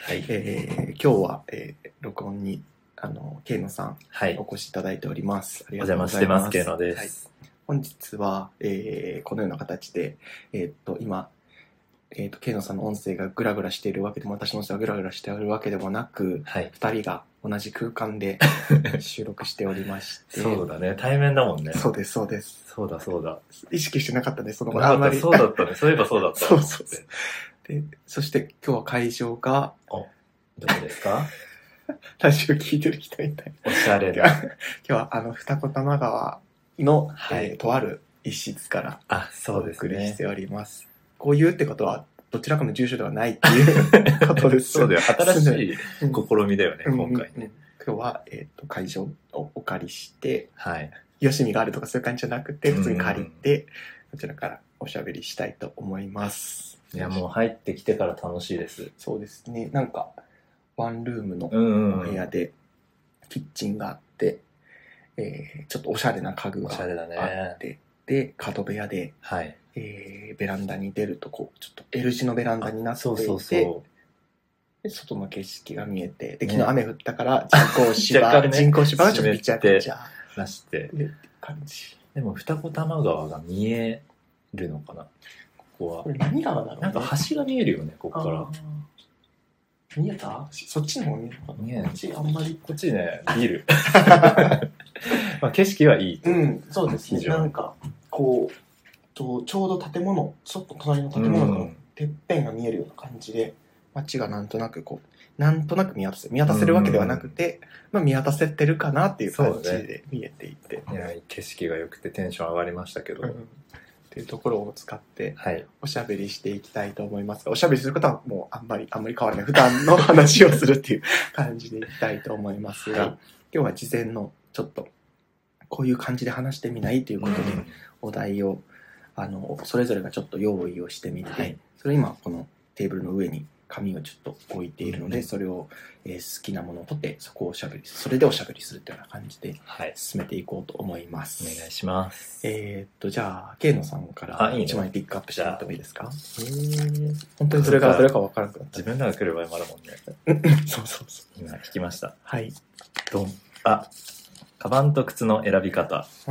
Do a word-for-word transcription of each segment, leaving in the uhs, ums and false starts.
はい、 えー、今日は、えー、録音にあの慶野さん、 はい、 お越しいただいております。 ありがとうございます。お邪魔してます慶野です。 はい、本日は、えー、このような形で、えー、っと今、えー、っと慶野さんの音声がグラグラしているわけでも、私の音声がグラグラしているわけでもなく、 はい、 ふたりが同じ空間で収録しておりましてそうだね、対面だもんね。 そうですそうです。 そうだそうだ。 意識してなかったね、そのあんまり。そうだったね。そういえばそうだった。 そうそうそう。で、そして今日は会場が、 お、どこですか？ ラジオ聞いてる人みたい。 おしゃれな。 今日はあの二子玉川の、 はい、 えー、とある一室からお送りしております。こういうってことはどちらかの住所ではないっていうことです。 そうだよ。新しい試みだよね、うん、今回ね。 うんうん、今日は、えー、と会場をお借りして、 はい、 よしみがあるとかそういう感じじゃなくて普通に借りて、こちらからおしゃべりしたいと思います。 いやもう入ってきてから楽しいです。 そうですね。なんかワンルームのお部屋でキッチンがあって、えー、ちょっとおしゃれな家具があって、ね、で角部屋で、 はい、 えー、ベランダに出るとこうちょっと L 字のベランダになっていて、 そうそうそうで外の景色が見えて、で昨日雨降ったから人工芝、ね、人工芝がちょっとビチャビチャなしてで感じ。 でも二子玉川が見えるのかな、ここは。 これ何川だろう、ね、 なんか橋が見えるよね、ここから。 見えた？そっちの方見えるのかな？ 見えない。 こっちあんまり。 こっちね、ビル。まあ景色はいい。 うん、そうですね。なんかこうとちょうど建物、ちょっと隣の建物のてっぺんが見えるような感じで、街がなんとなくこうなんとなく見渡せ見渡せるわけではなくて、まあ見渡せてるかなっていう感じで見えていて、 ね、いや景色が良くてテンション上がりましたけど。うん、 っていうところを使っておしゃべりしていきたいと思いますが、おしゃべりすることはもうあんまりあんまり変わらない普段の話をするっていう感じでいきたいと思いますが、はい、今日は事前のちょっとこういう感じで話してみないということで、うん、お題をあのそれぞれがちょっと用意をしてみて、はい、それ今このテーブルの上に紙をちょっと置いているので、うん、それを、えー、好きなものを取ってそこをおしゃべりそれでおしゃべりするというような感じで進めていこうと思います。 はい、お願いします。 えー、っとじゃあ慶野さんからいちまいピックアップしてもらってもいいですか？えー、本当にそれがどれか分からなくなった。 自分らが来る場合もあるもんね。 そうそうそう。 今引きました。 はい。 ドン。あ、カバンと靴の選び方。うん、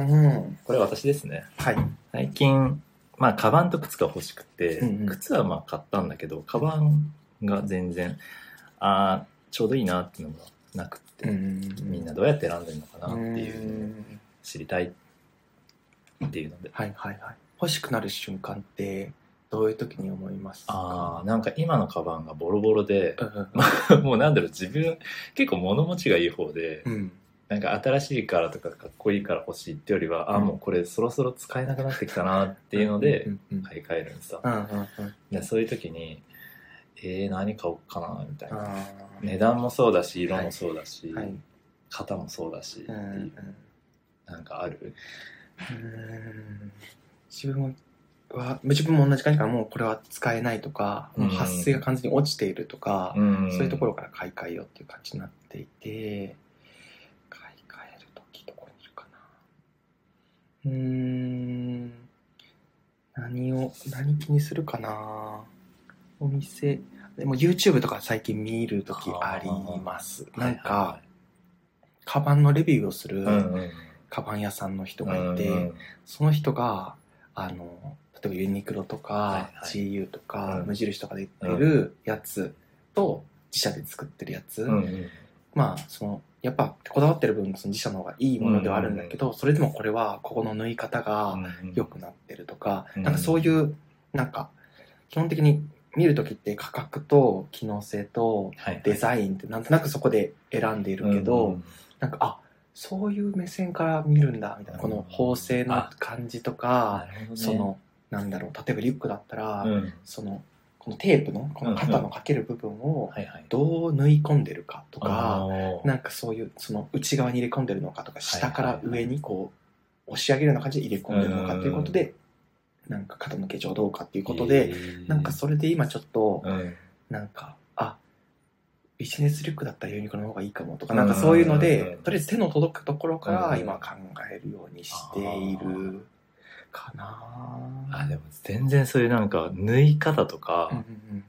これ私ですね。 はい。 最近まあカバンと靴が欲しくて、うんうん、靴はまあ買ったんだけど、カバンが全然あちょうどいいなっていうのがなくて、うん、みんなどうやって選んでるのかなっていうのを知りたいっていうので、 はいはいはい。欲しくなる瞬間ってどういう時に思いますか？ あなんか今のカバンがボロボロで、うん、もうなんだろう、自分結構物持ちがいい方で、うん、なんか新しいからとかかっこいいから欲しいってよりは、うん、あもうこれそろそろ使えなくなってきたなっていうので買い替えるんですよ。でそういう時にえー、何買おうかなみたいな。値段もそうだし色もそうだし、はいはい、型もそうだしっていう、うんうん、なんかある？ うーん自分は自分も同じ感じからもうこれは使えないとか、うん、撥水が完全に落ちているとか、うん、そういうところから買い替えようっていう感じになっていて、買い替える時どこにいるかな。うーん何を何気にするかな。お店でも YouTube とか最近見るときあります。なんか、はいはいはい、カバンのレビューをするカバン屋さんの人がいて、うんうん、その人があの例えばユニクロとか、はいはい、ジーユー とか、うん、無印とかで売ってるやつと自社で作ってるやつ、うんうん、まあそのやっぱこだわってる分その自社の方がいいものではあるんだけど、うんうん、それでもこれはここの縫い方が良くなってるとか、うんうん、なんかそういうなんか基本的に見るときって価格と機能性とデザインってなんとなくそこで選んでいるけど、はいはい、なんかあそういう目線から見るんだみたいな、この縫製の感じとか、ね、そのなんだろう、例えばリュックだったら、うん、そのこのテープのこの肩のかける部分をどう縫い込んでるかとか、うんはいはい、なんかそういうその内側に入れ込んでるのかとか、下から上にこう押し上げるような感じで入れ込んでるのかということで、なんか肩の形状どうかっていうことで、なんかそれで今ちょっと、うん、なんかあビジネスリュックだったらユニクロの方がいいかもとか、なんかそういうので、とりあえず手の届くところから今考えるようにしているかな。 あでも全然そういうなんか縫い方とか、うんうんうん、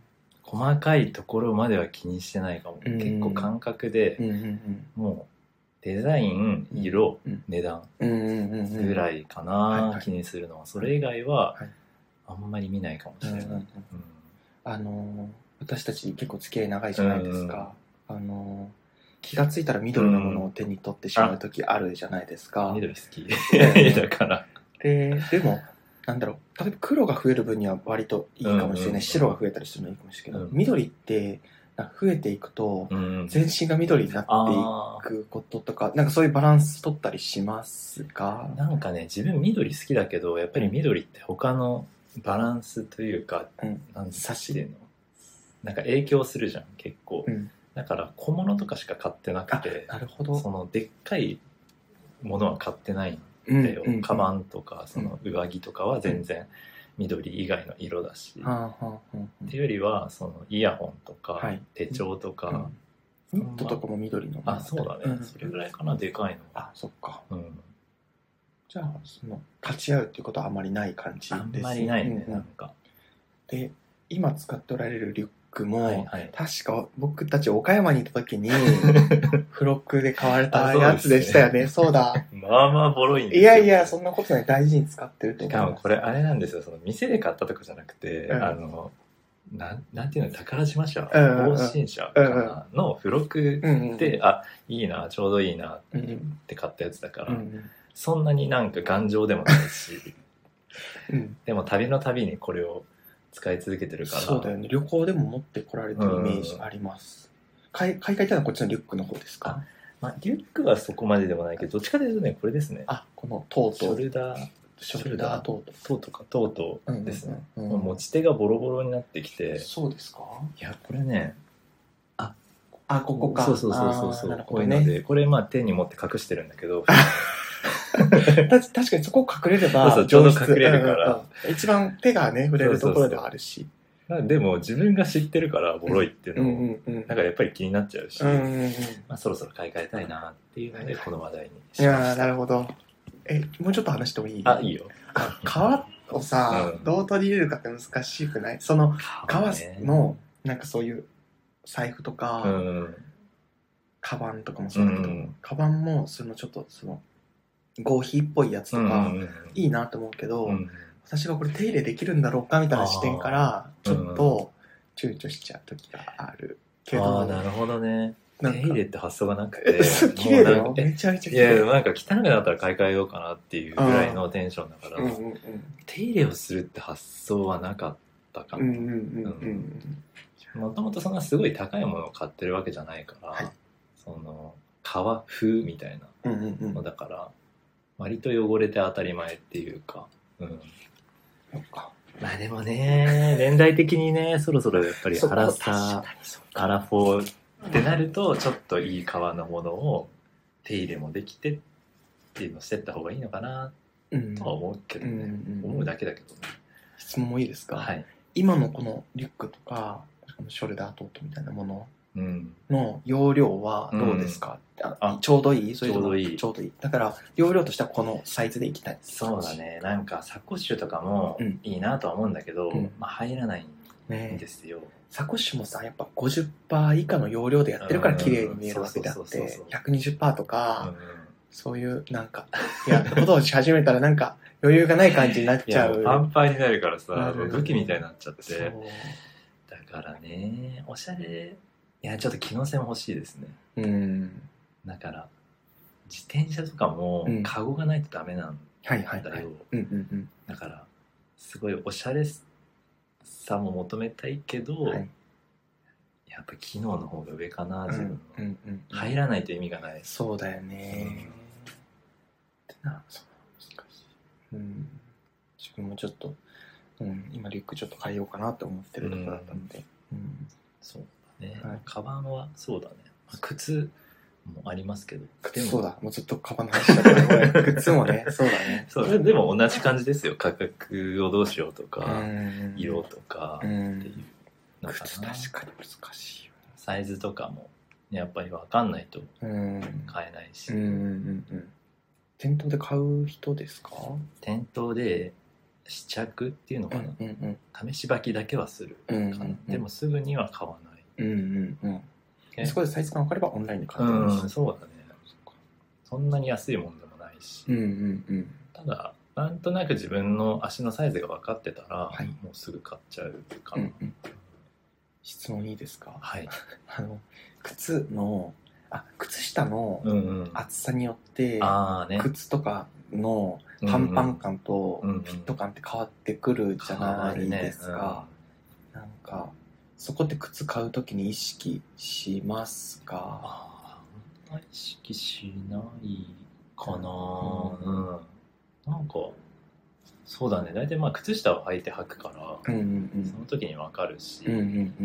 細かいところまでは気にしてないかも、うん、結構感覚で、うんうんうん、もうデザイン、色、うん、値段ぐらいかな、うん、気にするのは。それ以外はあんまり見ないかもしれない、うんうんうん、 あの私たち結構付き合い長いじゃないですか、うん、あの気がついたら緑のものを手に取ってしまう時あるじゃないですか、 うん、緑好きだからで, でもなんだろう、例えば黒が増える分には割といいかもしれない、うんうんうん、白が増えたりするのはいいかもしれないけど、うん、緑って増えていくと全身が緑になっていくこととか、なんかそういうバランス取ったりしますか？ なんかね、自分緑好きだけどやっぱり緑って他のバランスというか、うん、なん差しでのなんか影響するじゃん結構、うん、だから小物とかしか買ってなくて、 なるほど、 そのでっかいものは買ってないんだよ、うんうんうん、カバンとかその上着とかは全然緑以外の色だし、うん、っていうよりはそのイヤホンとか、はい、手帳とか、 うん、ニットとかも緑の、 あ、そうだね、うん、それぐらいかな、でかいの。 あ、そっか、うん、じゃあその勝ち合うっていうことはあまりない感じですね。 あんまりないね、うんうん、なんかで今使っておられるリュックも、はいはい、確か僕たち岡山にいた時に付録で買われたやつでしたよね。そう、そうだ。 まあまあボロいんですよ。 いやいや、そんなことない、大事に使ってると思います。 しかもこれあれなんですよ、その店で買ったとかじゃなくて、うん、あのななんていうの、宝島社、更新社かなの付録で、うんうん、あ、いいな、ちょうどいいなって買ったやつだから、うんうん、そんなになんか頑丈でもないし、うん、でも旅の旅にこれを使い続けてるから。 そうだよね、旅行でも持ってこられてるイメージあります、うん、買い替えたのはこっちのリュックの方ですか？ まあ、リュックはそこまででもないけど、どっちかというとね、これですね。 あ、このトート。 ショルダー。 ショルダートート。 トートか、トートですね。うんうんうん、持ち手がボロボロになってきて。 そうですか？ いや、これね、あ、 あ、ここか。 そうそうそうそうそう、ね、こういうので、これまあ手に持って隠してるんだけど。 確かにそこ隠れれば、 そうそう、ちょうど隠れるから、 うんうん。一番手がね、触れるところではあるし。 そうそうそう、でも自分が知ってるからボロいっていうのも、うんうんうん、だからやっぱり気になっちゃうし、うんうんうん、まあ、そろそろ買い替えたいなっていうのでこの話題にしました。 いやー、なるほど。え、もうちょっと話してもいい？ あ、いいよ。 革をさ、うん、どう取り入れるかって難しくない？その革のなんかそういう財布とか、うん、カバンとかもそうだけど、うん、カバンもそのちょっとその合皮っぽいやつとか、うんうんうん、いいなと思うけど、うん、私がこれ手入れできるんだろうかみたいな視点からちょっと躊躇しちゃう時があるけど、 あ、なるほどね。手入れって発想がなくて、 綺麗だよ、めちゃめちゃ綺麗。 いや、なんか汚くなったら買い替えようかなっていうぐらいのテンションだから、うんうんうん、手入れをするって発想はなかったかな。もともとそんなすごい高いものを買ってるわけじゃないから、はい、その革風みたいなのだから、うんうんうん、割と汚れて当たり前っていうか、うん、そっか。まあでもね、年代的にね、そろそろやっぱりアラサー、アラフォーってなると、ちょっといい革のものを手入れもできてっていうのをしてった方がいいのかなとは思うけどね、うんうんうん、思うだけだけどね。 質問もいいですか？はい。今のこのリュックとかショルダートートみたいなものの容量はどうですか？うん、あ、ちょうどいい？それともちょうどいい。ちょうどいい。だから容量としてはこのサイズでいきたい。 そうだね。なんかサコッシュとかもいいなとは思うんだけど、うん、まあ入らないんですよ。ね、 サコッシュもさ、やっぱ ごじゅっパーセント 以下の容量でやってるから綺麗に見えるわけであって、ひゃくにじゅっパーセント とか、うん、そういうなんかやったことをし始めたらなんか余裕がない感じになっちゃう。 パンパンになるからさ、武器みたいになっちゃって。だからね、おしゃれ、いやちょっと機能性も欲しいですね。うん。だから自転車とかもカゴがないとダメなんだよ。だからすごいおしゃれさも求めたいけど、はい、やっぱ機能の方が上かな、自分の、うんうんうん、入らないと意味がない。 そうだよね。うん、な、そう難しい。うん。自分もちょっと、うん、今リュックちょっと変えようかなと思ってるところだったので、うんうん、 そうだね。はい、カバンはそうだね。靴もありますけど。 靴そうだ。もうずっとカバンの話だったから靴もね、そうだね。 そうでも同じ感じですよ。価格をどうしようとか、色とかっていうのかな。 靴確かに難しいよね。 サイズとかもやっぱり分かんないと買えないし。うんうんうんうん、 店頭で買う人ですか？ 店頭で試着っていうのかな、 うんうんうん、試し履きだけはするかな、うんうんうん、でもすぐには買わない、 うんうんうん、そこでサイズ感分かればオンラインで買ってもいいし、うん、そうだね、そんなに安いもんでもないし、 うんうんうん、 ただなんとなく自分の足のサイズが分かってたら、はい、もうすぐ買っちゃうかな、うんうん、 質問いいですか？ はい。 あの靴のあ靴下の厚さによって、うんうんね、靴とかのパンパン感とフィット感って変わってくるじゃないですか、うんうんね、うん、なんかそこって靴買うときに意識しますか？ ああんまり意識しないかな、うんうん、なんかそうだね、大体まあ靴下を履いて履くから、うんうんうん、その時に分かるし、うんうんうん、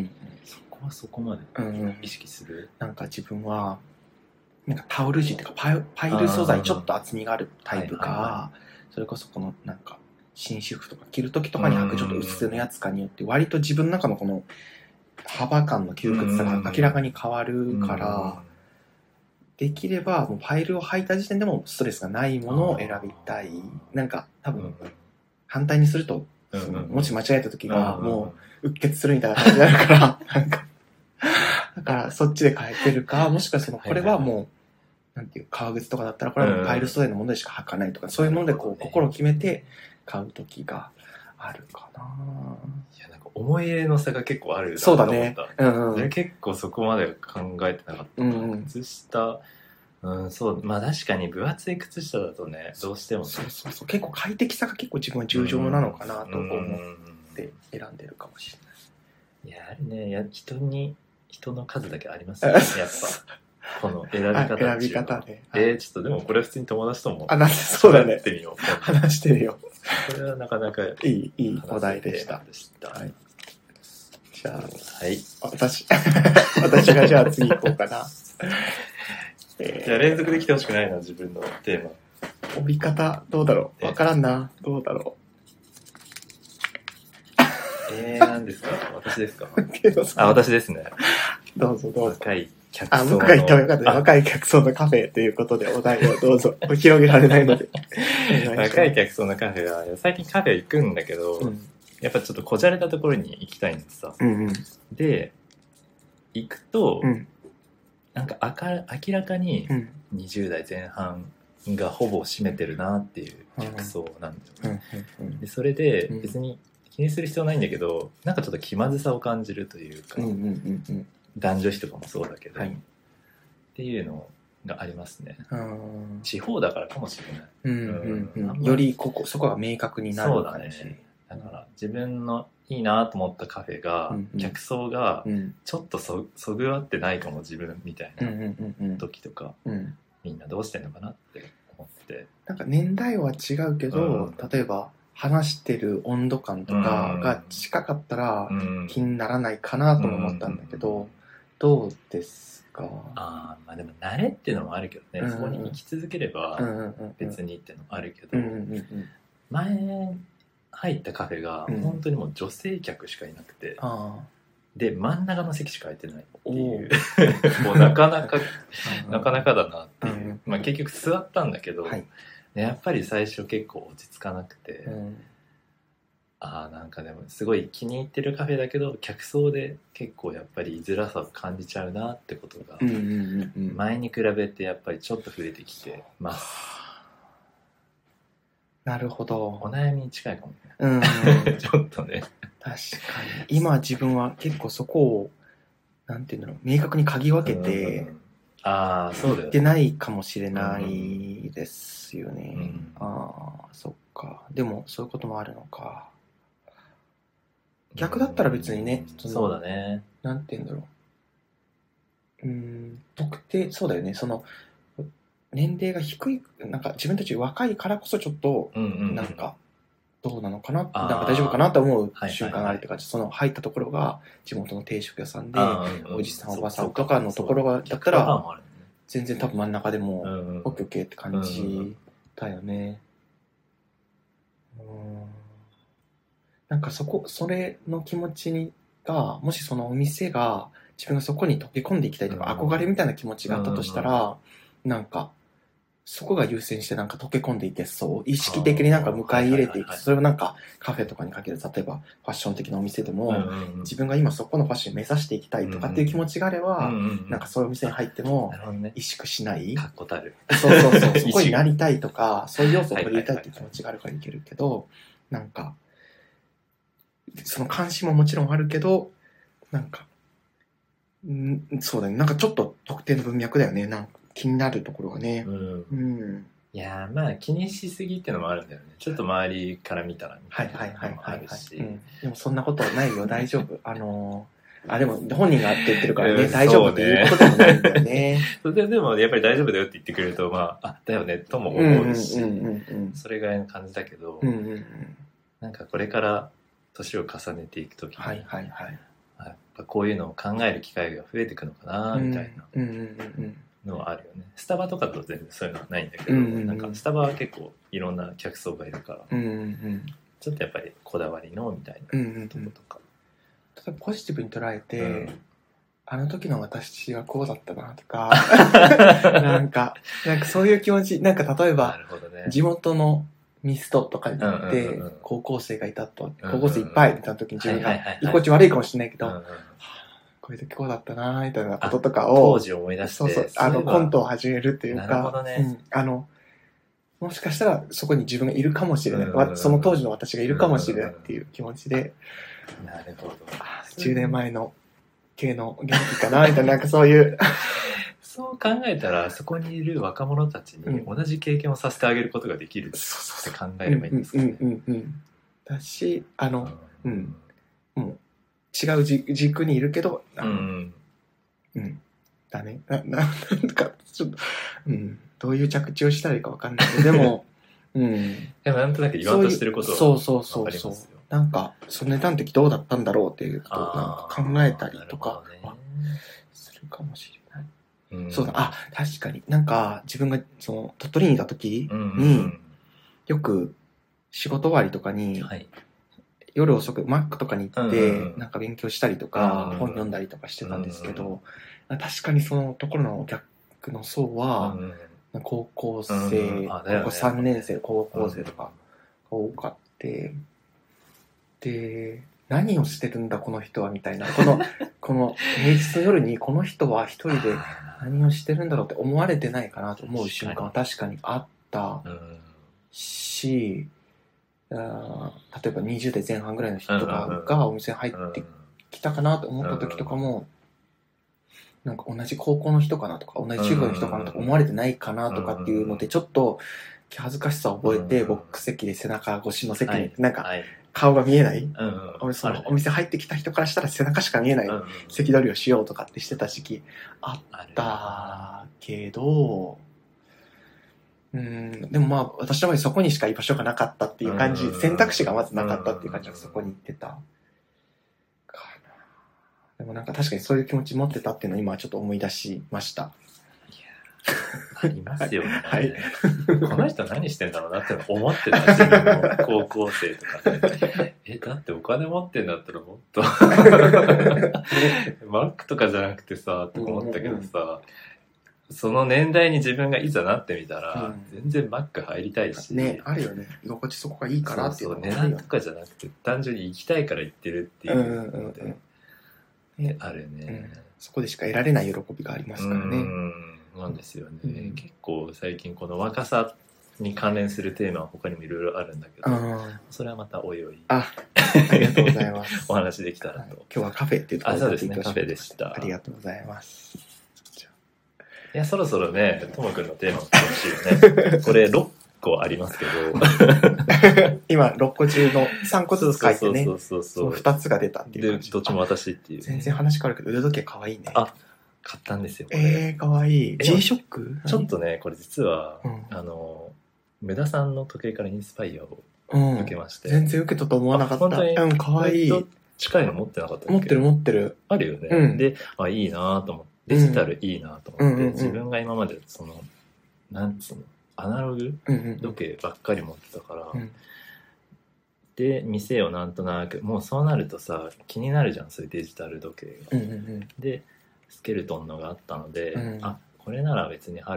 そこはそこまで意識する、うんうん、 なんか自分はなんかタオル地っていうかパイ、パイル素材ちょっと厚みがあるタイプか、はいはいはい、それこそこのなんか紳士服とか着る時とかに履くちょっと薄手のやつかによって割と自分の中のこの幅感の窮屈さが明らかに変わるから、できればもうパイルを履いた時点でもストレスがないものを選びたい。なんか多分反対にすると、そのもし間違えた時がもううっ血するみたいな感じになるからなんかだからそっちで変えてるか、もしくはそのこれはもうなんていう革靴とかだったらこれはもうパイル素材のものでしか履かないとか、そういうものでこう心を決めて買う時があるかな。 いやなんか思い入れの差が結構あるなと思った。そうだね。 うんうん、結構そこまで考えてなかった。うんうん、靴下、うん、そうまあ確かに分厚い靴下だとねどうしても、ね、 そうそうそう結構快適さが結構自分は重要なのかなと思って選んでるかもしれない。 いやあるね、いや人に人の数だけありますよねやっぱ。この選び方選び方ね。 えー、ちょっとでもこれ普通に友達とも話してそうだね。 話してみよう。 話してみよう。これはなかなかいいいいお題でした。 でしたはい、 じゃあ、 はい、 私私がじゃあ次行こうかな。 えー、じゃあ連続で来てほしくないな自分のテーマ。 帯方どうだろう。わからんな。どうだろう。 えー、何ですか？私ですか？あ、私ですね。 どうぞどうぞ。 若い客層の。 あ、僕が言ったらよかったね。若い客層のカフェということでお題をどうぞ。広げられないので。 若い客層のカフェは、最近カフェ行くんだけど、うん、やっぱちょっとこじゃれたところに行きたいんですさ。うんうん、で、行くと、うん、なんか明らかににじゅう代前半がほぼ占めてるなっていう客層なんだよね。うんうんうん、でそれで別に、気にする必要ないんだけど、なんかちょっと気まずさを感じるというか、うんうんうんうん、男女比とかもそうだけど、はい、っていうのがありますね。地方だからかもしれない。うんうんうん、よりここそこが明確になる感じ。 そうだね。だから自分のいいなと思ったカフェが、うんうん、客層がちょっと そ, そぐわってないかも自分みたいな時とか、うんうんうんうん、みんなどうしてんのかなって思って。 なんか年代は違うけど、うん、例えば話してる温度感とかが近かったら気にならないかなとも思ったんだけど、うんうん、どうですか？ あまあでも慣れっていうのもあるけどね、うんうん、そこに行き続ければ別にっていうのもあるけど、うんうんうん、前入ったカフェが本当にもう女性客しかいなくて、うん、で真ん中の席しか空いてないっていうもうなかなかなかなかだなっていう、うんうん、まあ結局座ったんだけど、はいね、やっぱり最初結構落ち着かなくて、うん、あなんかでもすごい気に入ってるカフェだけど客層で結構やっぱり居づらさを感じちゃうなってことが前に比べてやっぱりちょっと増えてきてます。 なるほど。 お悩みに近いかもね。うんちょっとね。 確かに今自分は結構そこをなんていうんだろう明確に嗅ぎ分けて、うんああ、そうだよね。 言ってないかもしれないですよね。うん、ああ、そっか。でも、そういうこともあるのか。逆だったら別にね、 うん、そうだね。 なんて言うんだろう。うん、特定、そうだよね。その、年齢が低い、なんか自分たち若いからこそちょっと、なんか、どうなのかな、なんか大丈夫かなと思う瞬間があるって感じ、その入ったところが地元の定食屋さんで、おじさんおばさんとかのところがだったら全然多分真ん中でもオッケーオッケーって感じだよね。うんなんかそこそれの気持ちにがもしそのお店が自分がそこに溶け込んでいきたいとか憧れみたいな気持ちがあったとしたらなんかそこが優先してなんか溶け込んでいけそう。意識的になんか迎え入れていく。それをなんかカフェとかにかける、例えばファッション的なお店でも、うんうんうん、自分が今そこのファッションを目指していきたいとかっていう気持ちがあれば、うんうんうん、なんかそういうお店に入っても、萎縮しない。 かっこたる。 そうそうそう。そこになりたいとか、そういう要素を取り入れたいっていう気持ちがあるからいけるけど、なんか、その関心ももちろんあるけど、なんか、んそうだね。なんかちょっと特定の文脈だよね。なんか気になるところがね。うん。うん、 いやまあ気にしすぎっていうのもあるんだよね。ちょっと周りから見たらみたいなのもあるし。 でもそんなことないよ。大丈夫。あのー、あ、でも本人がって言ってるからね、大丈夫っていうことでもないんだよね。 で, でもやっぱり大丈夫だよって言ってくれると、まあ、あ、だよねとも思うし、それぐらいの感じだけど、うんうんうん、なんかこれから年を重ねていくときに、はいはいはい、やっぱこういうのを考える機会が増えていくのかなみたいなのはあるよね。スタバとかと全然そういうのはないんだけど、うんうんうん、なんかスタバは結構いろんな客層がいるから、うんうんうん、ちょっとやっぱりこだわりのみたいなとことか、 例えばポジティブに捉えて、うん、あの時の私はこうだったなとかなんかなんかそういう気持ち、なんか例えば、ね、地元のミストとかに行って、うんうんうん、高校生がいたと、高校生いっぱいいた時に自分が居心地悪いかもしれないけど、うんうん、こういう時こうだったなみたいなこととかを当時思い出して、 そうそうあのコントを始めるっていうか、なるほどね、うん、あのもしかしたらそこに自分がいるかもしれない、うんうん、その当時の私がいるかもしれないっていう気持ちで、 うん、なるほど、 じゅうねんまえの系の元気かなみたいな、なんかそういうそう考えたらそこにいる若者たちに同じ経験をさせてあげることができるって考えればいいんですかね。 だし、あの、うん、もう違う軸にいるけど、うん、うん、だね。な、なんかちょっと、うん、どういう着地をしたらいいかわかんないけど、でも、うん、 でもなんとなく言わんとしてることはそうそうそうそう。なんかその値段的どうだったんだろうっていうことをなんか考えたりとかするかもしれない。うん、そうだ、あ、確かに。なんか、自分が、その、鳥取にいた時に、うんうんうん、よく、仕事終わりとかに、はい、夜遅く、マックとかに行って、うんうん、なんか勉強したりとか、うんうん、本読んだりとかしてたんですけど、うんうん、確かにそのところのお客の層は、うんうん、高校生、うんうん、高校さんねん生、高校生とかが多かって、で、何をしてるんだこの人はみたいな、この、この平日の夜にこの人は一人で何をしてるんだろうって思われてないかなと思う瞬間は確かにあったし、うん、例えばにじゅう代前半ぐらいの人とかがお店に入ってきたかなと思った時とかも、なんか同じ高校の人かなとか同じ中学の人かなとか思われてないかなとかっていうのでちょっと恥ずかしさを覚えてボックス席で背中越しの席になんか顔が見えない、うんうん、そのお店入ってきた人からしたら背中しか見えない席取りをしようとかってしてた時期あったけど、うん、でもまあ私の場合そこにしか居場所がなかったっていう感じ、選択肢がまずなかったっていう感じでそこに行ってたかな。でもなんか確かにそういう気持ち持ってたっていうのを今ちょっと思い出しました。 ありますよね、はい、この人何してんだろうなって思ってた自分も高校生とかねえだってお金持ってんだったらもっとマックとかじゃなくてさと思ったけどさ、うんうんうん、その年代に自分がいざなってみたら、うん、全然マック入りたいしね、あるよね、居心地そこがいいからっていうのも、そうそう、値段とかじゃなくて単純に行きたいから行ってるっていうので、うんうんうんね、あるよね、うん、 そこでしか得られない喜びがありますからね。 うんなんですよね、うん、結構最近この若さに関連するテーマは他にもいろいろあるんだけど、それはまたおいおいあありがとうございますお話できたらと、はい、 今日はカフェっていうところで、あ、そうですね、カフェでした。 ありがとうございます。 いやそろそろねともくんのテーマを聞いてほしいよねこれろっこありますけど今ろっこ中のさんこずつ書いてね、そうそうそうそう、ふたつが出たっていう感じで、 どっちも私っていう、ね、 全然話変わるけど腕時計かわいいね。 あ買ったんですよ。 えー、かわいい。G ショック？ ちょっとね、これ実は、うん、あの、ムダさんの時計からインスパイアを受けまして。 うん、全然受けたと思わなかった。本当にうん、 かわいい。 近いの持ってなかったっけ？ 持ってる持ってる。 あるよね。うん、で、あ、いいなと思って、デジタルいいなと思って、うんうんうんうん、自分が今までその、なんつうの、アナログ時計ばっかり持ってたから、うんうん、で、店をなんとなく、もうそうなるとさ、気になるじゃん、そういうデジタル時計が。うんうんうん、で、スケルトンのがあったので、うん、あ、これなら別に春もい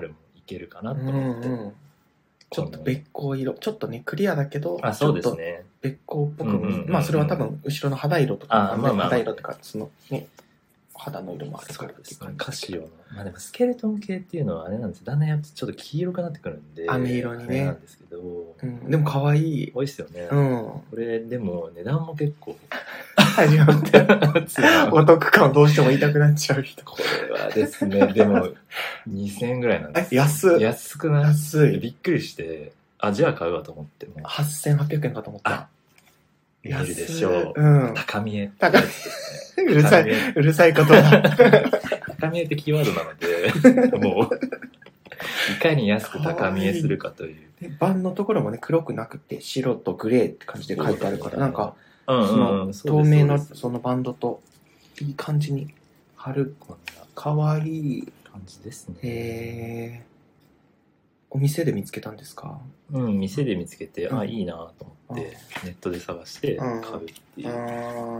けるかなと思って、うんうん、 ちょっとべっこう色、ちょっとねクリアだけど、 あ、そうですね、 べっこうっぽく、うんうんうん、まあそれは多分後ろの肌色とか、あ、まあまあ、肌色とかそのね肌の色もあるからっていう感じ、 カシオの、まあでもスケルトン系っていうのはあれなんですよ、だんだんやっぱちょっと黄色くなってくるんで、 飴色にねなんですけど、 うん、でも可愛い、 多いですよね、 うん、 これでも値段も結構始まってお得感どうしても言いたくなっちゃう人、 これはですねでもにせんえんぐらいなんですよ。 安い安くない？ 安い、 びっくりして、あ、じゃあ買うわと思って、もうはっせんはっぴゃくえんかと思った。 見えるでしょう、 うん、 高見え高見えうるさいうるさいことだ高見えってキーワードなのでもういかに安く高見えするかという。 で盤のところもね黒くなくて白とグレーって感じで書いてあるから、なんかうんうん、 その透明のそのバンドといい感じに貼る、かわいい感じですね。 へー、お店で見つけたんですか？ うん、店で見つけて、うん、あ、いいなと思ってネットで探して買うっていう、うん、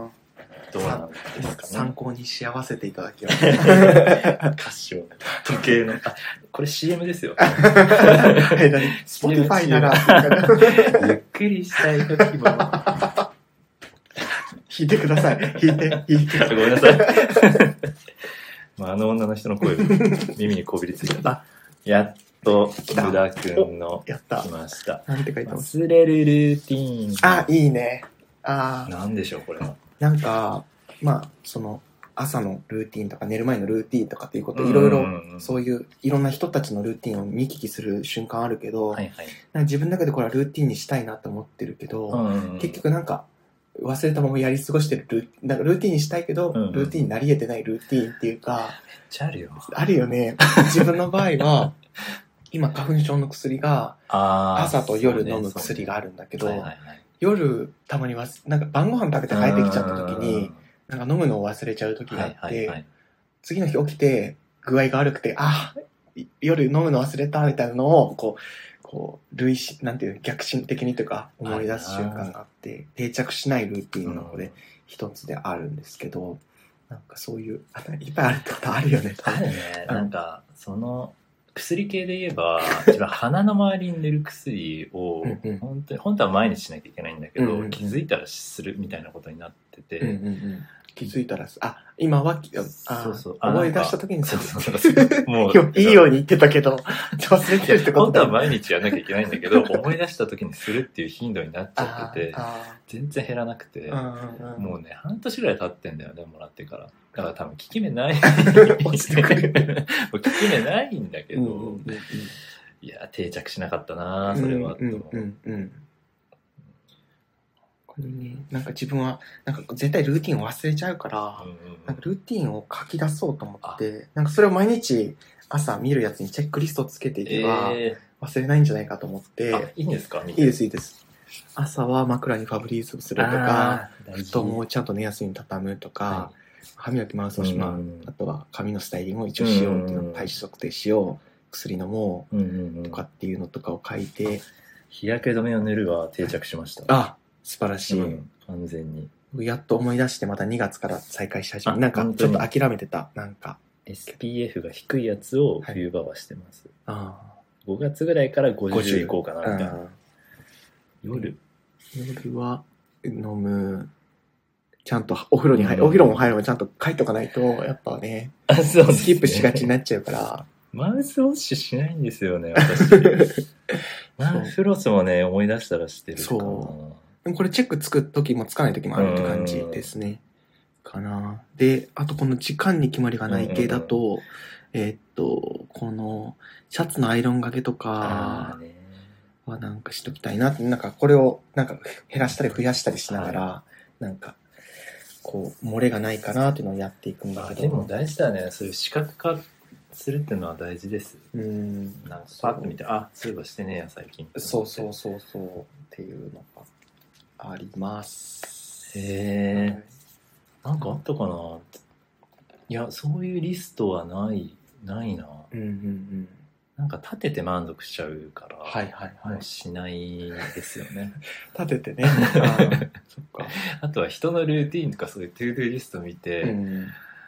どうなんですかね。 参考にし合わせていただきますカシオ時計の、あ、これ シーエム ですよスポティファイならゆっくりしたい時も弾いてください、弾いて弾いてごめんなさいまあ、あの女の人の声耳にこびりついたやっとブダ君のやった来ました。 なんて書いてます？ 忘れるルーティーン。 あ、いいね。あ、 なんでしょうこれは。 なんかまあその朝のルーティーンとか寝る前のルーティーンとかっていうこといろいろそういういろんな人たちのルーティーンを見聞きする瞬間あるけど、はいはい、なんか自分の中でこれはルーティーンにしたいなと思ってるけど、うんうん、結局なんか忘れたままやり過ごしてるル、なんかルーティーンにしたいけど、うんうん、ルーティーンになり得てないルーティーンっていうか、 めっちゃあるよ。 あるよね。自分の場合は今花粉症の薬が朝と夜飲む薬があるんだけど、夜たまにはなんか晩ご飯食べて帰ってきちゃった時になんか飲むのを忘れちゃう時があって、はいはいはい、次の日起きて具合が悪くて、あ、夜飲むの忘れたみたいなのをこうこう類しなんていう逆進的にというか思い出す瞬間があって、定着しないルーティンのこれ一つであるんですけど、なんかそういうあいっぱいあるってことあるよね。 あるね。なんかその薬系で言えば自分鼻の周りに塗る薬を本当に本当は毎日しなきゃいけないんだけど、うんうん、気づいたらするみたいなことになってて、うんうんうん、 気づいたらあ今はあそうそう思い出した時にそうそうそうもういいように言ってたけど忘れてるってこと本当は毎日やらなきゃいけないんだけど思い出した時にするっていう頻度になっちゃってて全然減らなくて、うんうん、もうね半年ぐらい経ってんだよねもらってから。だから多分効き目ない落ちてくる効き目ないんだけど、うんうんうん、いや定着しなかったなそれは、うんうんうんうん、 これねなんか自分はなんか絶対ルーティンを忘れちゃうから、うんうん、なんかルーティンを書き出そうと思ってなんかそれを毎日朝見るやつにチェックリストをつけていけば、えー、忘れないんじゃないかと思って。 いいんですか？ いいですいいです。朝は枕にファブリーズをするとか布団をちゃんと寝やすいように畳むとか、はい、歯磨きマウスをしまう、うん、あとは髪のスタイリングを一応しようっていうのを体脂測定しよう薬飲もうとかっていうのとかを書いて、 日焼け止めを塗るは定着しました。 あ、素晴らしい、うん、 完全にやっと思い出してまたにがつから再開し始めなんかちょっと諦めてたなんかエスピーエフ が低いやつを冬場はしてます、はい、あごがつぐらいからごじゅういこうかなみたいな。夜夜は飲むちゃんとお風呂に入る、うん、お風呂も入るのちゃんと書いとかないとやっぱね、 あ、そうですね、 スキップしがちになっちゃうからマウスウォッシュしないんですよね私マウスフロスもね思い出したらしてるかな。 そうでもこれチェックつく時もつかない時もあるって感じですねかな。であとこの時間に決まりがない系だと、えー、っとこのシャツのアイロンがけとかはなんかしときたいなって、なんかこれをなんか減らしたり増やしたりしながら、はい、なんかこう漏れがないかなっていうのをやっていくんだけど。 でも大事だね、そういう視覚化するっていうのは大事です。うん、なんかパッと見て、あ、そういえばしてねえや最近。 そうそうそうそうっていうのがあります。 へえ、はい、なんかあったかな。いや、そういうリストはないないな。うんうんうん。なんか立てて満足しちゃうから、はいはいはい、もうしないですよね。 立ててね。あ、そっか。 あとは人のルーティーンとかそういうトゥードゥーリスト見て、うん、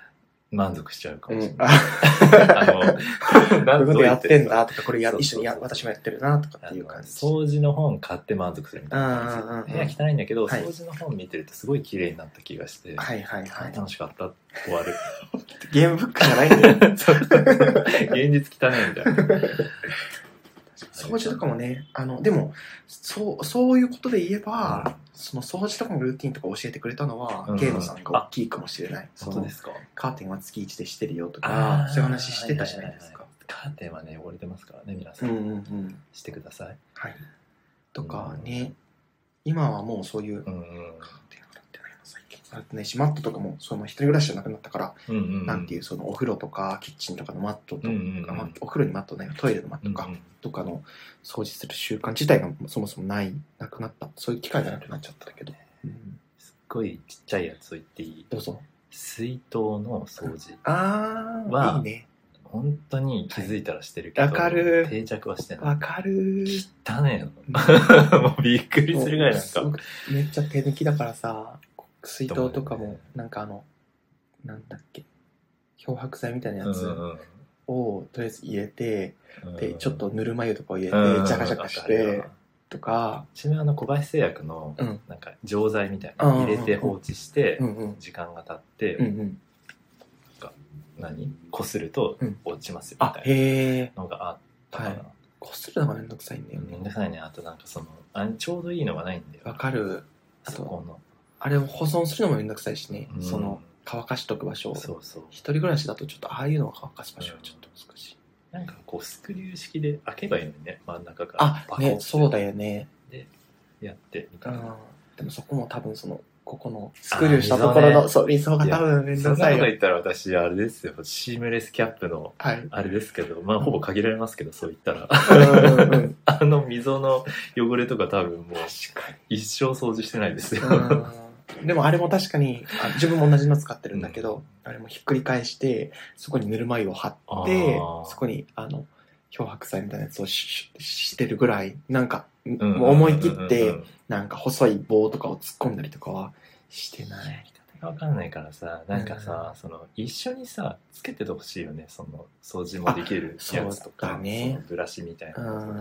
満足しちゃうかもしれうん、 ない。 あの、こういうことやってんだとか、これや一緒にや私もやってるなとかっていう感じ。 掃除の本買って満足するみたいな感じ。部屋汚いんだけど、 はい、 掃除の本見てるとすごい綺麗になった気がして、 はいはいはい、 楽しかった、終わる。 ゲームブックじゃないんだよ。 現実汚いみたいな。 掃除とかもね、あの、でも、そう、そういうことで言えば、うん、その掃除とかのルーティンとか教えてくれたのは、うん、ゲームさんが大きいかもしれない。 そう、本当ですか？ カーテンは月いちでしてるよとか、そういう話してたじゃないですか。はいはいはいはい、 カーテンはね、汚れてますからね、皆さん。 うんうんうん、 してください。 はい。とかね、うん、今はもうそういう、うんうん、あとね、マットとかもその一人暮らしじゃなくなったから、うんうんうん、なんていうそのお風呂とかキッチンとかのマットとか、うんうんうん、お風呂にマットないトイレのマットとか、うんうん、とかの掃除する習慣自体がそもそもないなくなった、そういう機会がなくなっちゃったんだけど、うん、 すっごいちっちゃいやつを言っていい？ どうぞ。 水筒の掃除あーはいいね。 本当に気づいたらしてるけど、 わかる。 定着はしてない。 わかる。 汚ねえの。もうびっくりするぐらいなんか。 めっちゃ手抜きだからさ、水筒とかもなんかあのなんだっけ漂白剤みたいなやつをとりあえず入れて、うんうん、でちょっとぬるま湯とかを入れて、うん、ジャカジャカしてとか、 ちなみにあの小林製薬のなんか錠剤みたいなの入れて放置して時間が経って、うんうん、何こすると落ちますよみたいなのがあったかな、はい、 こするのがめんどくさいんだよね。 めんどくさいね。あとなんかそのあちょうどいいのがないんだよ。 わかる。あとそこのあれを保存するのもめんどくさいしね、うん、その乾かしとく場所を。そうそう。一人暮らしだとちょっとああいうのを乾かす場所はちょっと難しい。 うん、なんかこうスクリュー式で開けばいいのにね、真ん中から。 あ、ね、そうだよね。 で、やってみたいな。 でもそこも多分その、ここのスクリューしたところの、ね、そう、理想が多分めんどくさいよ。 そんなこと言ったら私、あれですよ、シームレスキャップの、あれですけど、はい、まあほぼ限られますけど、そう言ったら。うんうん、あの溝の汚れとか多分もう、一生掃除してないですよ。 でもあれも確かにあ自分も同じの使ってるんだけど、うん、あれもひっくり返してそこにぬるま湯を張ってそこにあの漂白剤みたいなやつを し, してるぐらいなんか、うん、もう思い切ってなんか細い棒とかを突っ込んだりとかはしてない。 分かんないからさ、なんかさ、うん、その一緒にさつけててほしいよね、その掃除もできるやつとか、ね、そのブラシみたいなやつとか、うん、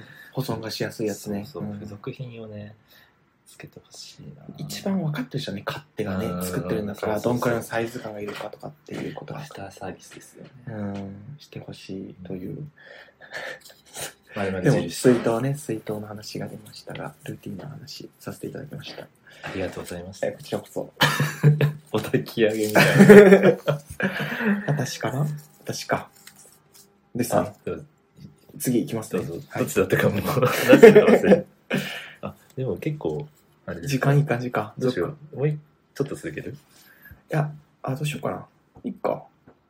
保存がしやすいやつね。 そうそう、付属品をねつけてほしいな。 一番分かってる人はね、勝手がね作ってるんだから、どんくらいのサイズ感がいるかとかっていうことがマスターサービスですよね。 うんしてほしいという、うん、 でも水筒ね、水筒の話が出ましたが、ルーティンの話させていただきました。 ありがとうございます。 こちらこそお焚き上げみたいな。 私かな私かですね。次行きますね。 どうぞ、はい、どっちだったかもう何て言ったか忘れあ、でも結構あれです時間いい感じか。 どうしよう。もうちょっと続ける？ いや、あ、どうしようかな。いいか。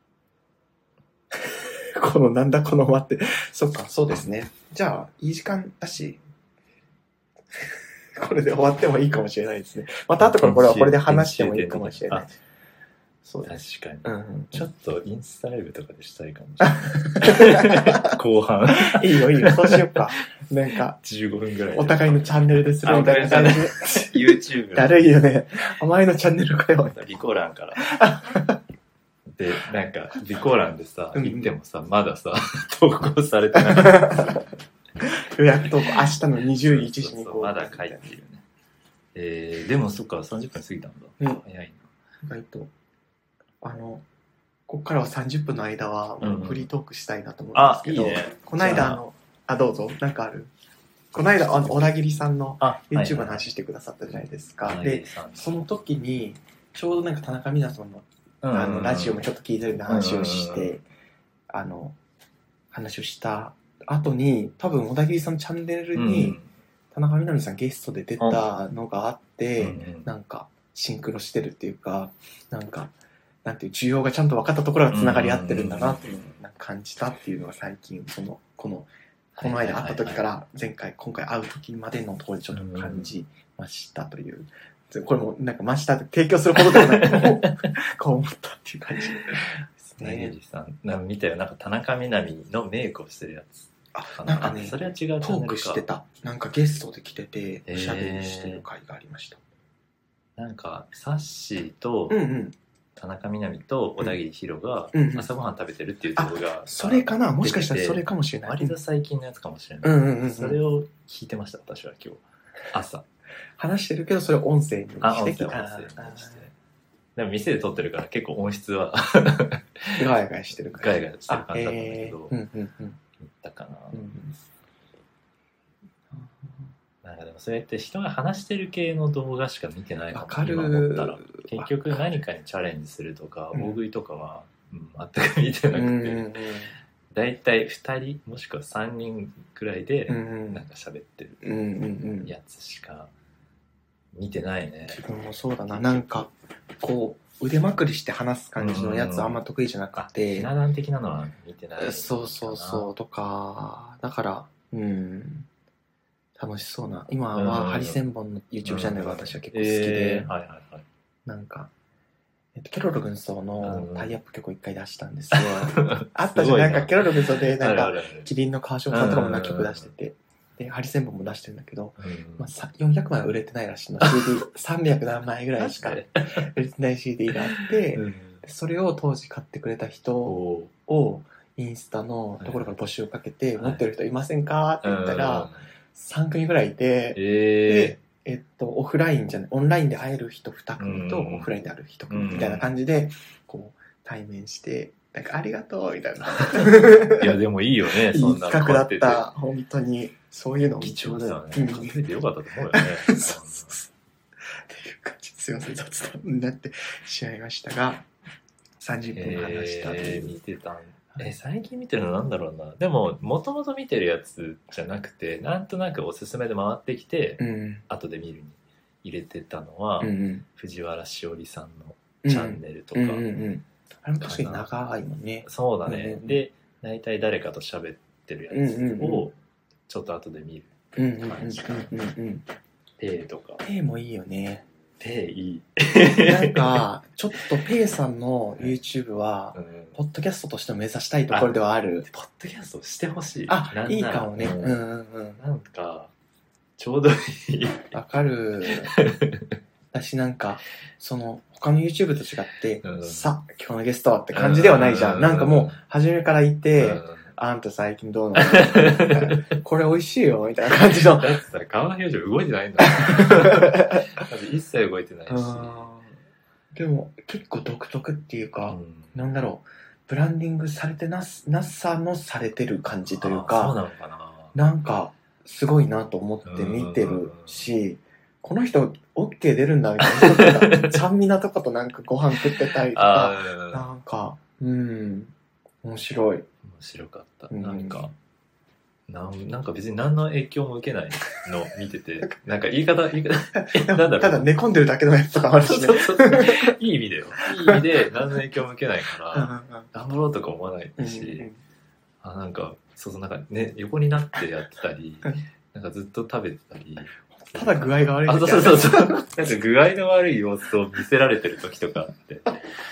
このなんだこの間って。そっか、そうですね。じゃあ、いい時間だし、これで終わってもいいかもしれないですね。また後からこれはこれで話してもいいかもしれない。 そう確かに、 うん、 ちょっとインスタライブとかでしたいかもしれない後半いいよいいよ、そうしようか。なんかじゅうごふんぐらいお互いのチャンネルでするみたいな感じで YouTube だるいよね。お前のチャンネルかよ。 備考欄からでなんか備考欄でさ、うん、行ってもさまださ投稿されてない予約投稿明日のにじゅういちじにこう、 そうそうそうまだ書いてるよね。えー、でもそっかさんじゅっぷん過ぎたんだ、うん、早いな。意外とあのここからはさんじゅっぷんの間はもうフリートークしたいなと思うんですけど、うんうん、いいね、この間あのあどうぞなんかある。この間あの小田切さんの YouTube の話してくださったじゃないですか、はいはい、でその時にちょうどなんか田中みなさんの、うんうん、あのラジオもちょっと聞いてるんで話をして、うんうん、あの話をした後に多分小田切さんのチャンネルに田中みな実さんゲストで出たのがあって、うんうん、なんかシンクロしてるっていうかなんかなんていう需要がちゃんと分かったところがつながり合ってるんだなっていうのを感じたっていうのが最近そのこのこの間会った時から前回今回会う時までのところでちょっと感じましたという、これもなんかましたって提供するほどではないけどこう思ったっていう感じですね。 ねじさんなんか見たよ、なんか田中みな実のメイクをしてるやつ。 あ、なんかねそれは違うトークしてた、なんかゲストで来てておしゃべりしてる回がありました。 なんかサッシーと、 うんうん田中みな実と小田切ヒロが朝ごはん食べてるっていう動画が、 それかな、もしかしたらそれかもしれない。 割と最近のやつかもしれない、 うんうんうんうん、 それを聞いてました私は今日朝話してるけどそれを音声にしてあ音声音声にしてでも店で撮ってるから結構音質はガヤガヤしてるガヤガヤしてる感じだったんだけど、 うんうんうん、 言ったかな、 うんなんかでもそうやって人が話してる系の動画しか見てないかも今思ったら結局何かにチャレンジするとか大食いとかは、うん、全く見てなくて、うんうんうん、だいたいふたりもしくはさんにんくらいでなんか喋ってるやつしか見てないね。 自分もそうだな、なんかこう腕まくりして話す感じのやつあんま得意じゃなくて、 ひな壇的なのは見てない。 そうそうそうとかだからうん楽しそうな。今はハリセンボンの YouTube チャンネルが私は結構好きで、 えーはいはいはい、 なんか、えっと、ケロロ軍曹のタイアップ曲を一回出したんですよ。あったじゃん、なんかケロロ軍曹でなんかキリンの川島さんとかもな曲出してて、でハリセンボンも出してるんだけど、まあ、よんひゃくまいは売れてないらしいの。シーディーさんびゃく 何枚ぐらいしか売れてない シーディー があって、うん、それを当時買ってくれた人をインスタのところから募集をかけて、持ってる人いませんかって言ったら、さん組ぐらいいて、えー、で、えっと、オフラインじゃない、オンラインで会える人に組と、オフラインで会える人組みたいな感じで、こう、対面して、なんか、ありがとうみたいな。 いや、でもいいよね、 そんな。いい企画だった。本当に、そういうの貴重だよね。考えてよかったと思うよね。 そうそうそう。っていう感じ、すいません、雑談になってしまいましたが、さんじゅっぷん話したという。 えー、見てたんえ最近見てるのなんだろうな。でももともと見てるやつじゃなくてなんとなくおすすめで回ってきて、うん、後で見るに入れてたのは、うんうん、藤原しおりさんのチャンネルとか、うんうんうん、 あれも確かに長いもんね。 そうだね、うんうん、で大体誰かと喋ってるやつをちょっと後で見る感じかな。ペイとかペイもいいよね。 ペイいいなんかちょっとペイさんの YouTube は、うん、ポッドキャストとして目指したいところではある。 ポッドキャストしてほしい。 あ、なんいいかもね、うんうんうん、なんかちょうどいい。 わかる。私なんかその他の YouTube と違って、うん、さあ今日のゲストはって感じではないじゃん、うん、なんかもう初めからいて、うんあんた最近どうなのこれ美味しいよみたいな感じの。 だってさ、顔の表情動いてないんだもん。一切動いてないし。 でも結構独特っていうか、うん、なんだろう、ブランディングされてななさのされてる感じというか、 そうなのかな。 なんかすごいなと思って見てるし、この人 OK 出るんだみたいな。ちゃんみなとかとなんかご飯食ってたりとか、なんか、うん、面白い。 面白かった、うん、なんかなん、なんか別に何の影響も受けないの見ててなんか言い方言い方なんだろうただ寝込んでるだけのやつとかあるしね。そうそうそういい意味だよ。いい意味で何の影響も受けないから頑張ろうとか思わないし、うんうん、あなんかそうそうなんかね横になってやってたりなんかずっと食べてたりただ具合が悪いあそうそうそうそうなんか具合の悪い様子を見せられてる時とかあって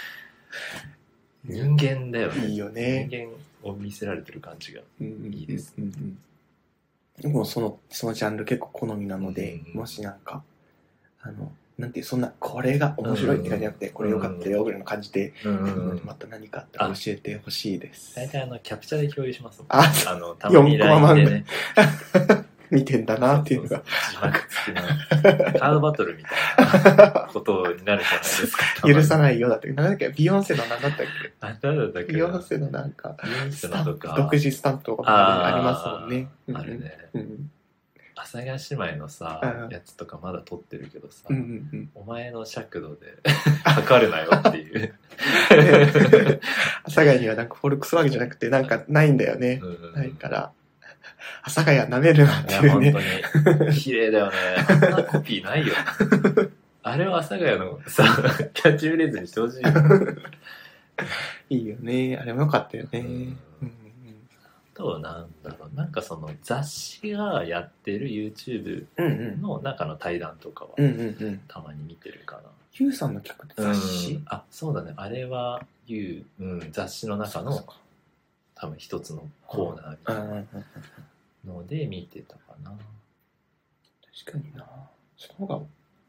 人間だよね。 いいよね。 人間を見せられてる感じがいいです。 うんうんうん、僕もそのそのジャンル結構好みなので、うんうん、もしなんかあのなんていうそんなこれが面白いって感じじゃなくて、うんうん、これ良かったよぐらいの感じで、うんうん、また何かあったら教えてほしいです。 大体あのキャプチャーで共有しますもん。 あ、 あのたまに ライン でね。 見てんだなっていうのが字幕付きのカードバトルみたいなことになるじゃないですか。 許さないよだって。なんだっけビヨンセの何だったっけあ、誰だったっけビヨンセのなんかビヨンセのとか独自スタンプとかありますもんね。 あるね。阿佐ヶ谷姉妹のさやつとかまだ撮ってるけどさ、うんうんうん、お前の尺度で測るなよっていう阿佐ヶ谷にはなんかフォルクスワーゲンじゃなくてなんかないんだよね。うんうん、ないから阿佐ヶ谷舐めるなっていうね。いや本当に綺麗だよね。あんなコピーないよ。あれは阿佐ヶ谷のさキャッチフレーズにしてほしいよ。 いいよね。あれもよかったよね。うんうんあとなんだろうなんかその雑誌がやってる YouTube の中の対談とかはたまに見てるかな。 ユウさんの曲って雑誌、 うん、あそうだねあれはユウ、うん、雑誌の中の多分一つのコーナーみたいなので見てたかな。 確かにな。その方が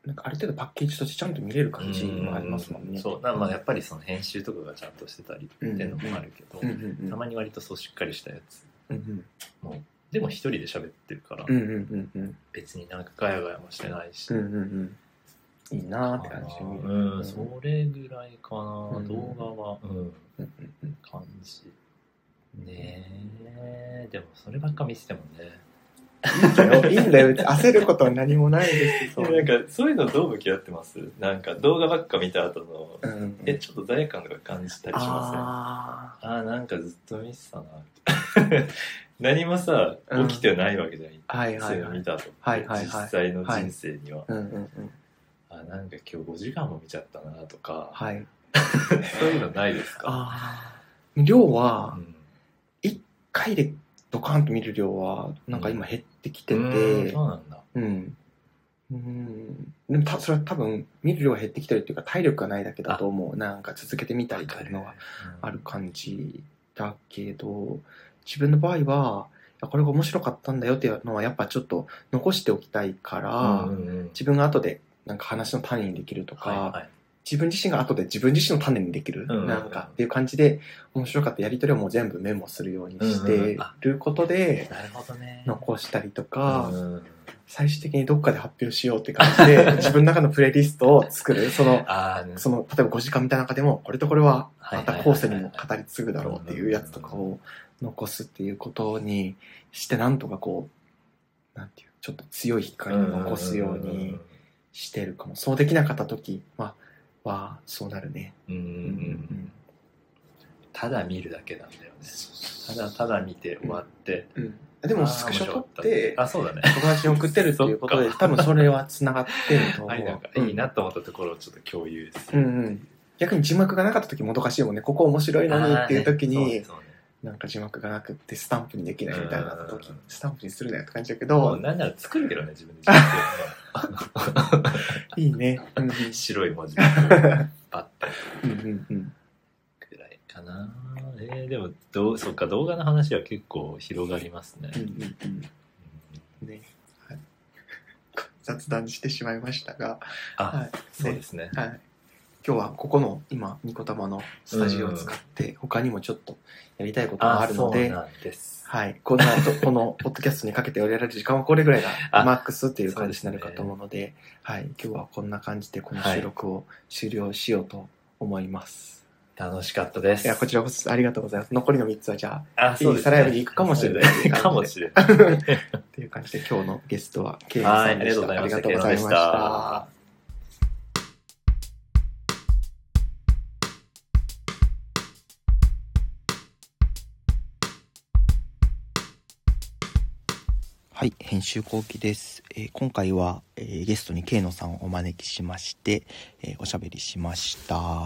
なんかある程度パッケージとしてちゃんと見れる感じもありますもんね。 うん、そうまあやっぱりその編集とかがちゃんとしてたりっていうのもあるけど、うんうんうん、たまに割とそうしっかりしたやつ、うんうん、もうでも一人で喋ってるから、うんうんうんうん、別になんかガヤガヤもしてないし、うんうんうん、いいなーって感じで見る、 うん、それぐらいかな、うん、動画は、うんうんうんうん、感じねえ。でもそればっか見せてもねいいんだよ、いいんだよ、焦ることは何もないですそうなんかそういうのどう向き合ってます？なんか動画ばっか見た後の、うん、えちょっと罪悪感とか感じたりしません？ああなんかずっと見てたな何もさ起きてないわけじゃない、うん、はいはいはい、そういうの見た後って、はいはいはい、実際の人生には、はいうんうんうん、あなんか今日ごじかんも見ちゃったなとか、はい、そういうのないですか？ あ量は、うん、いっかいでドカンと見る量はなんか今減ってきてて、うん、そうなんだ、うんうん、でもたそれは多分見る量が減ってきてるっていうか体力がないだけだと思う。なんか続けてみたりというのがある感じだけど、自分の場合はこれが面白かったんだよっていうのはやっぱちょっと残しておきたいから、うんうんうん、自分が後でなんか話の種にできるとか、はいはい、自分自身が後で自分自身の種にできる、うんうんうん、なんかっていう感じで面白かったやり取りをもう全部メモするようにしてることで残したりとか、うんうん、最終的にどっかで発表しようって感じで自分の中のプレイリストを作るそのその例えばごじかん見た中でもこれとこれはまた後世にも語り継ぐだろうっていうやつとかを残すっていうことにしてなんとかこうなんていうちょっと強い光を残すようにしてるかも。そうできなかった時、まあ、はそうなるね。うんうんうん、 ただ見るだけなんだよね。ただただ見て終わって、うんうんでもスクショ撮ってあそうだね友達に送ってるっていうことで多分それはつながってると思う。 なんかいいなと思ったところをちょっと共有する、 うんうん、逆に字幕がなかった時もどかしいもんね。ここ面白いのにっていう時に、ねね、なんか字幕がなくってスタンプにできないみたいな時スタンプにするなよって感じだけど、 なんなら作るけどね自分で字幕いいね、 うん、白い文字パッてうんうんうんくらいかな。えー、でもどうそっか動画の話は結構広がりますね。うんうんうん、ね、はい、雑談してしまいましたが、 あ、はい、そうですね。 はい、今日はここの今ニコタマのスタジオを使って他にもちょっとやりたいことがあるので、 そうなんです。 はい、この後このポッドキャストにかけてやられる時間はこれぐらいがマックスっていう感じになるかと思うので、はい、今日はこんな感じでこの収録を終了しようと思います。 はい、楽しかったです。 いやこちらこそありがとうございます。残りのみっつはじゃあ、あそうですね、いいサライブに行くかもしれないかもしれないっていう感じで今日のゲストはケイノさんでした。 ありがとうございました。 はい、編集後期です。えー、今回は、えー、ゲストにケイノさんをお招きしまして、えー、おしゃべりしました。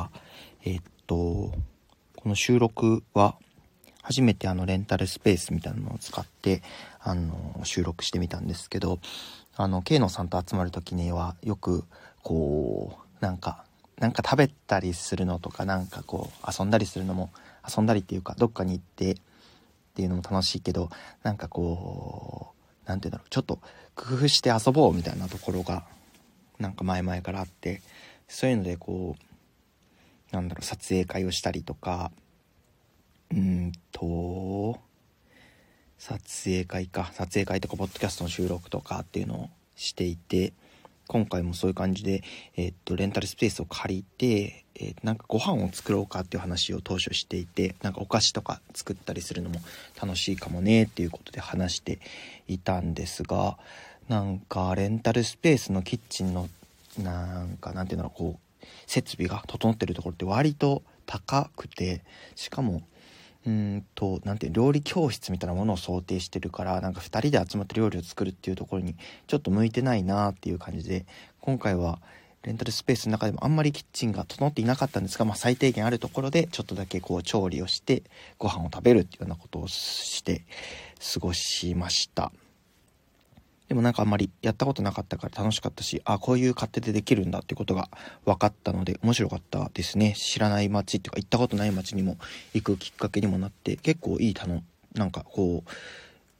えー、っとこの収録は初めてあのレンタルスペースみたいなのを使ってあの収録してみたんですけど、あのケイノさんと集まる時にはよくこうなんかなんか食べたりするのとかなんかこう遊んだりするのも遊んだりっていうかどっかに行ってっていうのも楽しいけどなんかこうなんていうんだろうちょっと工夫して遊ぼうみたいなところがなんか前々からあって、そういうのでこうなんだろう撮影会をしたりとかうーんと撮影会か撮影会とかポッドキャストの収録とかっていうのをしていて、今回もそういう感じで、えー、っとレンタルスペースを借りて、えー、なんかご飯を作ろうかっていう話を当初していて、なんかお菓子とか作ったりするのも楽しいかもねっていうことで話していたんですが、なんかレンタルスペースのキッチンのなんかなんていうんだろうこう設備が整ってるところって割と高くて、しかもうーんとなんていう料理教室みたいなものを想定してるから、なんかふたりで集まって料理を作るっていうところにちょっと向いてないなっていう感じで、今回はレンタルスペースの中でもあんまりキッチンが整っていなかったんですが、まあ、最低限あるところでちょっとだけこう調理をしてご飯を食べるっていうようなことをして過ごしました。でもなんかあんまりやったことなかったから楽しかったし、あこういう勝手でできるんだってことが分かったので面白かったですね。知らない街っていうか行ったことない街にも行くきっかけにもなって、結構いいたのなんかこう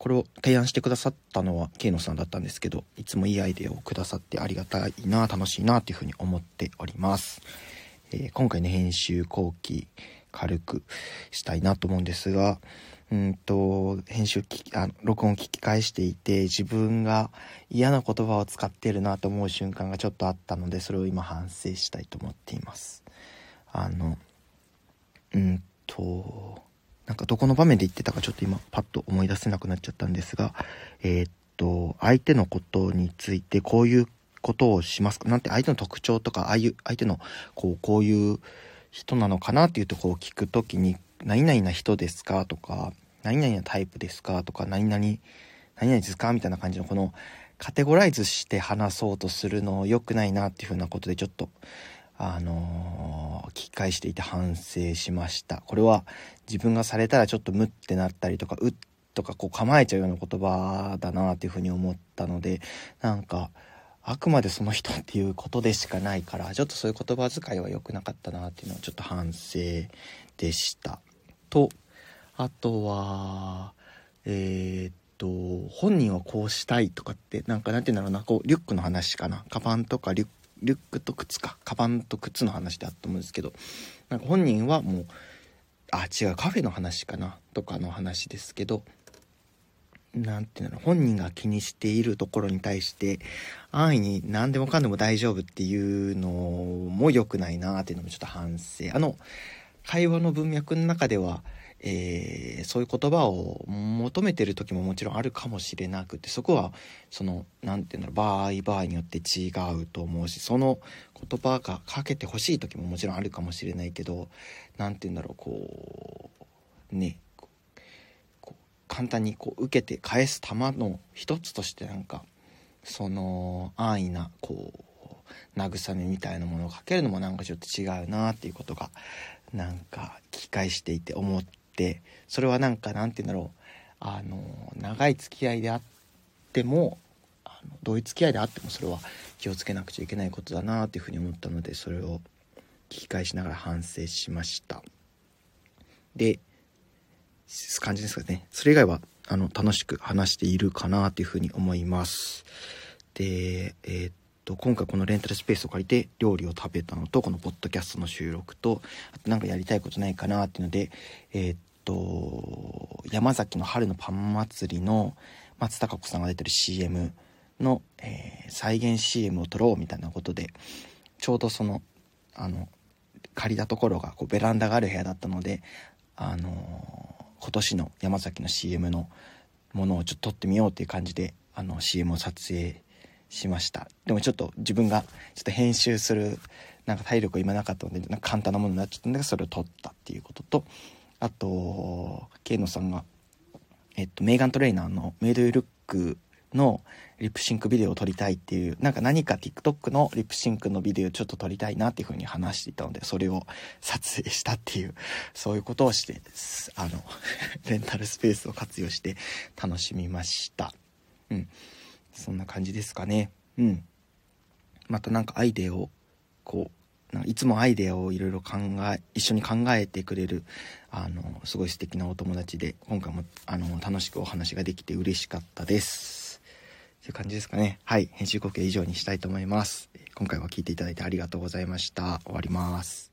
これを提案してくださったのはケイノさんだったんですけど、いつもいいアイデアをくださってありがたいな、楽しいなというふうに思っております。えー、今回ね編集後期軽くしたいなと思うんですが、うんと編集あ録音を聞き返していて、自分が嫌な言葉を使っているなと思う瞬間がちょっとあったので、それを今反省したいと思っています。あのうんとなんかどこの場面で言ってたかちょっと今パッと思い出せなくなっちゃったんですが、えー、っと相手のことについてこういうことをしますかなんて、相手の特徴とか、ああいう相手のこうこういう人なのかなっていうところを聞くときに、何々な人ですかとか、何々なタイプですかとか、何々何々ですかみたいな感じのこのカテゴライズして話そうとするの良くないなっていうふうなことで、ちょっとあのー、聞き返していて反省しました。これは自分がされたらちょっとムってなったりとか、うっとかこう構えちゃうような言葉だなっていうふうに思ったので、なんかあくまでその人っていうことでしかないから、ちょっとそういう言葉遣いは良くなかったなっていうのはちょっと反省でしたと、あとはえー、っと本人はこうしたいとかって、なんかなんていうんだろうな、こうリュックの話かな、カバンとかリュックリュックと靴か、カバンと靴の話であったと思うんですけど、なんか本人はもうあ違うカフェの話かなとかの話ですけど、なんていうの、本人が気にしているところに対して安易に何でもかんでも大丈夫っていうのも良くないなっていうのもちょっと反省。あの会話の文脈の中では、えー、そういう言葉を求めてる時ももちろんあるかもしれなくて、そこはそのなんていうんだろう、場合場合によって違うと思うし、その言葉がかけてほしい時ももちろんあるかもしれないけど、なんていうんだろう、こうね簡単にこう受けて返す球の一つとして、なんかその安易なこう慰めみたいなものをかけるのもなんかちょっと違うなっていうことがなんか聞き返していて思って、それはなんかなんて言うんだろう、あの長い付き合いであっても、あのどういう付き合いであってもそれは気をつけなくちゃいけないことだなっていうふうに思ったので、それを聞き返しながら反省しました。で感じですかね。それ以外はあの楽しく話しているかなというふうに思います。で、えー、っと今回このレンタルスペースを借りて料理を食べたのと、このポッドキャストの収録と、あとなんかやりたいことないかなっていうので、えー、っと山崎の春のパン祭りの松たか子さんが出てる シーエム の、えー、再現 シーエム を撮ろうみたいなことで、ちょうどそのあの借りたところがこうベランダがある部屋だったので、あのー今年の山崎の シーエム のものをちょっと撮ってみようっていう感じで、あの シーエム を撮影しました。でもちょっと自分がちょっと編集するなんか体力が今なかったので、なんか簡単なものになっちゃったんだけど、それを撮ったっていうことと、あとケイノさんがえっとメーガントレイナーのメイドユルックのリップシンクビデオを撮りたいっていう、なんか何か TikTok のリップシンクのビデオをちょっと撮りたいなっていう風に話していたので、それを撮影したっていう、そういうことをしてあのレンタルスペースを活用して楽しみました。うん、そんな感じですかね。うん。またなんかアイデアをこうなんかいつもアイデアをいろいろ考え一緒に考えてくれるあのすごい素敵なお友達で、今回もあの楽しくお話ができて嬉しかったです。という感じですかね。はい、編集後期は以上にしたいと思います。今回は聞いていただいてありがとうございました。終わります。